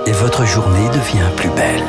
et votre journée devient plus belle.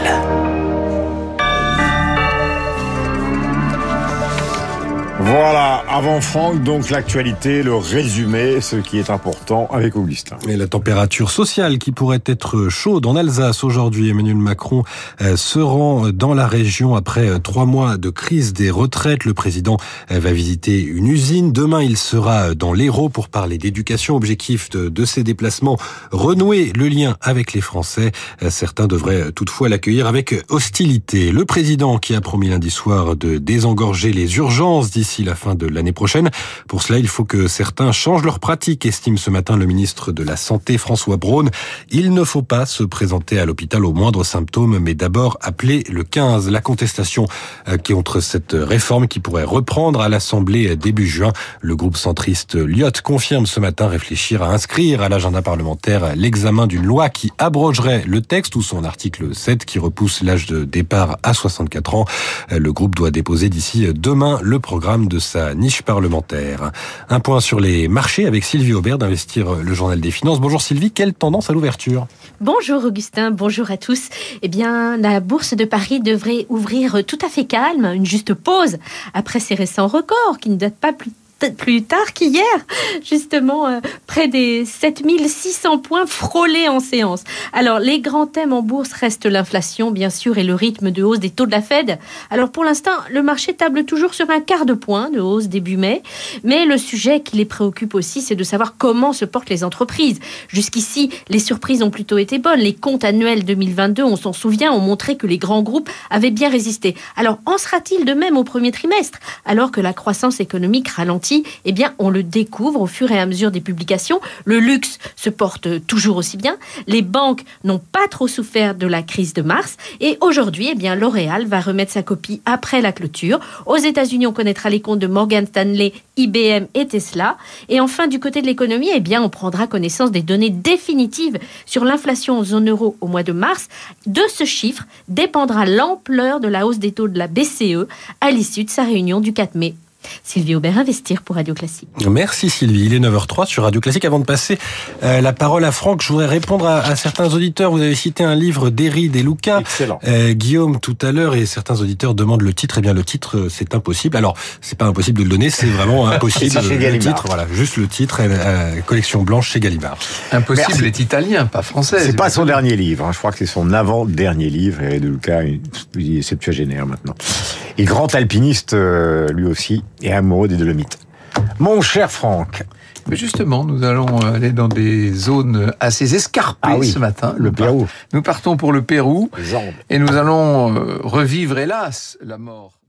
Voilà, avant Franck, donc l'actualité, le résumé, ce qui est important avec Augustin. Et la température sociale qui pourrait être chaude en Alsace aujourd'hui. Emmanuel Macron se rend dans la région après 3 mois de crise des retraites. Le président va visiter une usine. Demain, il sera dans l'Hérault pour parler d'éducation. Objectif de ses déplacements, renouer le lien avec les Français. Certains devraient toutefois l'accueillir avec hostilité. Le président qui a promis lundi soir de désengorger les urgences d'ici la fin de l'année prochaine. Pour cela, il faut que certains changent leurs pratiques, estime ce matin le ministre de la Santé, François Braun. Il ne faut pas se présenter à l'hôpital au moindre symptôme, mais d'abord appeler le 15. La contestation contre cette réforme qui pourrait reprendre à l'Assemblée début juin. Le groupe centriste Lyot confirme ce matin réfléchir à inscrire à l'agenda parlementaire l'examen d'une loi qui abrogerait le texte ou son article 7 qui repousse l'âge de départ à 64 ans. Le groupe doit déposer d'ici demain le programme de sa niche parlementaire. Un point sur les marchés avec Sylvie Aubert d'Investir le Journal des Finances. Bonjour Sylvie, quelle tendance à l'ouverture ? Bonjour Augustin, bonjour à tous. Eh bien, la bourse de Paris devrait ouvrir tout à fait calme, une juste pause après ses récents records qui ne datent pas plus tard qu'hier, justement, près des 7600 points frôlés en séance. Alors, les grands thèmes en bourse restent l'inflation, bien sûr, et le rythme de hausse des taux de la Fed. Alors, pour l'instant, le marché table toujours sur un quart de point de hausse début mai, mais le sujet qui les préoccupe aussi, c'est de savoir comment se portent les entreprises. Jusqu'ici, les surprises ont plutôt été bonnes. Les comptes annuels 2022, on s'en souvient, ont montré que les grands groupes avaient bien résisté. Alors, en sera-t-il de même au premier trimestre, alors que la croissance économique ralentit? Eh bien, on le découvre au fur et à mesure des publications. Le luxe se porte toujours aussi bien. Les banques n'ont pas trop souffert de la crise de mars. Et aujourd'hui, eh bien, L'Oréal va remettre sa copie après la clôture. Aux États-Unis, on connaîtra les comptes de Morgan Stanley, IBM et Tesla. Et enfin, du côté de l'économie, eh bien, on prendra connaissance des données définitives sur l'inflation en zone euro au mois de mars. De ce chiffre dépendra l'ampleur de la hausse des taux de la BCE à l'issue de sa réunion du 4 mai. Sylvie Aubert, Investir pour Radio Classique. Merci Sylvie, il est 9h03 sur Radio Classique. Avant de passer la parole à Franck, je voudrais répondre à certains auditeurs. Vous avez cité un livre d'Eri De Luca. Excellent. Guillaume tout à l'heure, et certains auditeurs demandent le titre. Eh bien le titre, c'est impossible. Alors, c'est pas impossible de le donner, c'est vraiment impossible. C'est chez Gallimard. Le titre, voilà, juste le titre, collection blanche chez Gallimard. Impossible est italien, pas français. C'est pas son dernier livre, hein. Je crois que c'est son avant-dernier livre. Eri De Luca, il est septuagénaire maintenant. Et grand alpiniste, lui aussi, et amoureux des Dolomites. Mon cher Franck. Mais justement, nous allons aller dans des zones assez escarpées ce matin. Le Pérou. Nous partons pour le Pérou Les Andes. et nous allons revivre, hélas, la mort